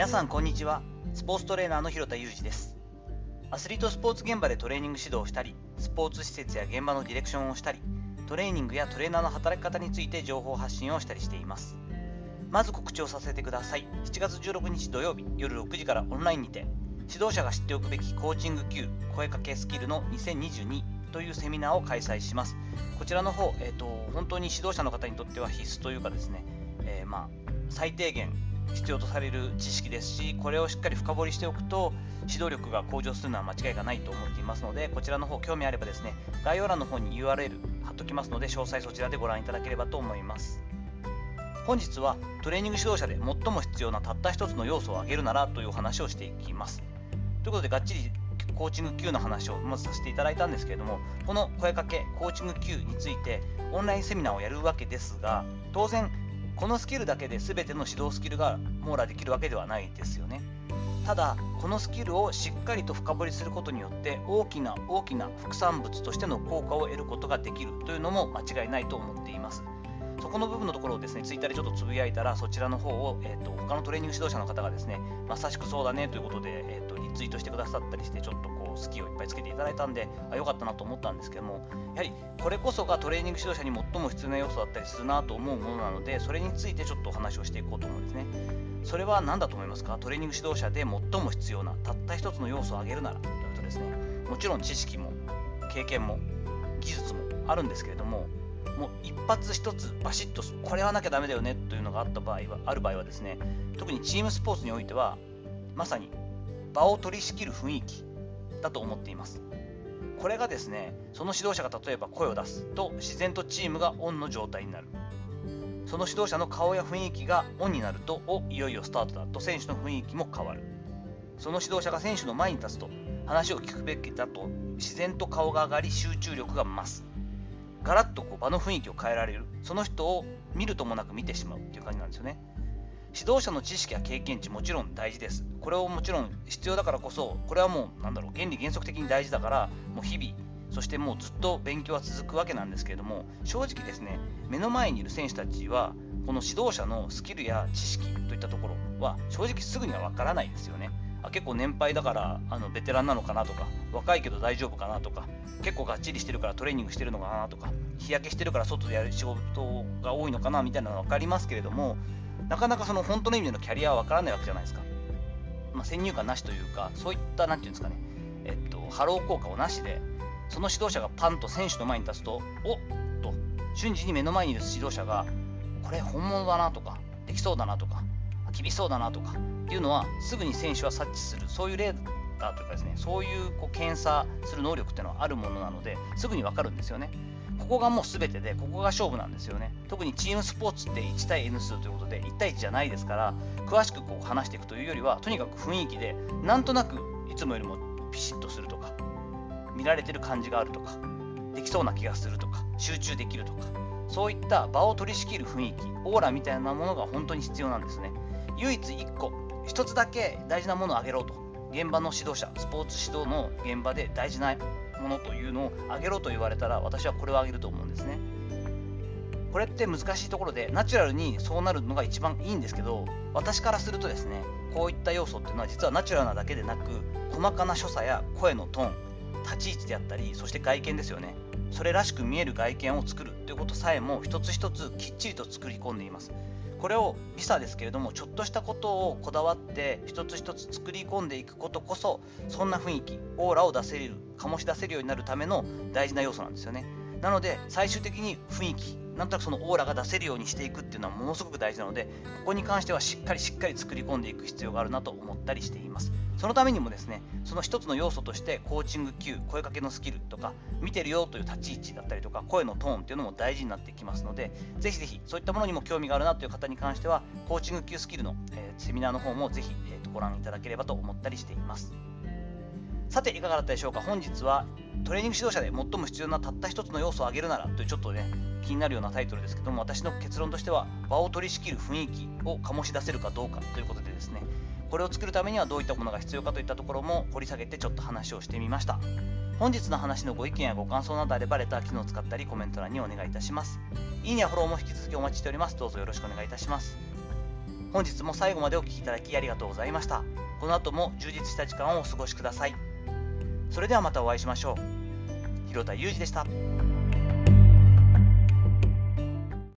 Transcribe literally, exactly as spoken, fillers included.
皆さんこんにちは。スポーツトレーナーの広田裕二です。アスリートスポーツ現場でトレーニング指導をしたり、スポーツ施設や現場のディレクションをしたり、トレーニングやトレーナーの働き方について情報発信をしたりしています。まず告知をさせてください。しちがつじゅうろくにち土曜日夜ろくじからオンラインにて、指導者が知っておくべきコーチング Q 声かけスキルのにせんにじゅうにというセミナーを開催します。こちらの方、えーと、本当に指導者の方にとっては必須というかですね、えー、まあ最低限必要とされる知識ですし、これをしっかり深掘りしておくと指導力が向上するのは間違いがないと思っていますので、こちらの方興味あればですね、概要欄の方に ユーアールエル 貼っときますので、詳細そちらでご覧いただければと思います。本日はトレーニング指導者で最も必要なたった一つの要素を挙げるならというお話をしていきます。ということで、がっちりコーチング Q の話をまずさせていただいたんですけれども、この声かけコーチング Q についてオンラインセミナーをやるわけですが、当然このスキルだけで全ての指導スキルが網羅できるわけではないですよね。ただこのスキルをしっかりと深掘りすることによって大きな大きな副産物としての効果を得ることができるというのも間違いないと思っています。そこの部分のところをですね、ツイッターでちょっとつぶやいたら、そちらの方を、えーと、他のトレーニング指導者の方がですね、まさしくそうだねということで、えーと、リツイートしてくださったりして、ちょっとこう好きをいっぱいつけていただいたんで、あ、良かったなと思ったんですけども、やはりこれこそがトレーニング指導者に最も必要な要素だったりするなと思うものなので、それについてちょっとお話をしていこうと思うんですね。それは何だと思いますか？トレーニング指導者で最も必要なたった一つの要素を挙げるならというとですね、もちろん知識も経験も技術もあるんですけれども、もう一発一つバシッとこれはなきゃダメだよねというのがあった場合はある場合はですね、特にチームスポーツにおいてはまさに場を取り仕切る雰囲気だと思っています。これがですね、その指導者が例えば声を出すと自然とチームがオンの状態になる。その指導者の顔や雰囲気がオンになると、お、いよいよスタートだと選手の雰囲気も変わる。その指導者が選手の前に立つと話を聞くべきだと自然と顔が上がり集中力が増す。ガラッとこう場の雰囲気を変えられる。その人を見るともなく見てしまうっていう感じなんですよね。指導者の知識や経験値もちろん大事です。これをもちろん必要だからこそ、これはもうなんだろう、原理原則的に大事だから、もう日々そしてもうずっと勉強は続くわけなんですけれども、正直ですね、目の前にいる選手たちはこの指導者のスキルや知識といったところは正直すぐにはわからないですよね。あ、結構年配だからあのベテランなのかなとか、若いけど大丈夫かなとか、結構がっちりしてるからトレーニングしてるのかなとか、日焼けしてるから外でやる仕事が多いのかなみたいなのは分かりますけれども、なかなかその本当の意味でのキャリアは分からないわけじゃないですか。まあ、先入観なしというか、そういったなんていうんですかね、えっとハロー効果をなしで、その指導者がパンと選手の前に立つと、おっと瞬時に目の前にいる指導者がこれ本物だなとか、できそうだなとか、厳しそうだなとかっていうのはすぐに選手は察知する、そういうレーダーというかですね、そういうこう検査する能力っていうのはあるものなので、すぐに分かるんですよね。ここがもう全てで、ここが勝負なんですよね。特にチームスポーツっていち対 エヌ 数ということでいち対いちじゃないですから、詳しくこう話していくというよりは、とにかく雰囲気でなんとなくいつもよりもピシッとするとか、見られてる感じがあるとか、できそうな気がするとか、集中できるとか、そういった場を取り仕切る雰囲気、オーラみたいなものが本当に必要なんですね。唯一いっこ、ひとつだけ大事なものをあげろと、現場の指導者、スポーツ指導の現場で大事なものというのをあげろと言われたら、私はこれをあげると思うんですね。これって難しいところで、ナチュラルにそうなるのが一番いいんですけど、私からするとですね、こういった要素っていうのは実はナチュラルなだけでなく、細かな所作や声のトーン、立ち位置であったり、そして外見ですよね。それらしく見える外見を作るということさえも一つ一つきっちりと作り込んでいます。これをビザですけれども、ちょっとしたことをこだわって一つ一つ作り込んでいくことこそ、そんな雰囲気、オーラを出せる、醸し出せるようになるための大事な要素なんですよね。なので最終的に雰囲気、なんとなくそのオーラが出せるようにしていくっていうのはものすごく大事なので、ここに関してはしっかりしっかり作り込んでいく必要があるなと思ったりしています。そのためにもですね、その一つの要素としてコーチング Q、声かけのスキルとか、見てるよという立ち位置だったりとか、声のトーンっていうのも大事になってきますので、ぜひぜひそういったものにも興味があるなという方に関しては、コーチング Q スキルの、えー、セミナーの方もぜひ、えーと、ご覧いただければと思ったりしています。さていかがだったでしょうか。本日はトレーニング指導者で最も必要なたった一つの要素を挙げるならというちょっとね気になるようなタイトルですけども、私の結論としては場を取り仕切る雰囲気を醸し出せるかどうかということでですね、これを作るためにはどういったものが必要かといったところも掘り下げてちょっと話をしてみました。本日の話のご意見やご感想などあればレター機能を使ったりコメント欄にお願いいたします。いいねやフォローも引き続きお待ちしております。どうぞよろしくお願いいたします。 本日も最後までお聞きいただきありがとうございました。この後も充実した時間をお過ごしください。それではまたお会いしましょう。広田裕二でした。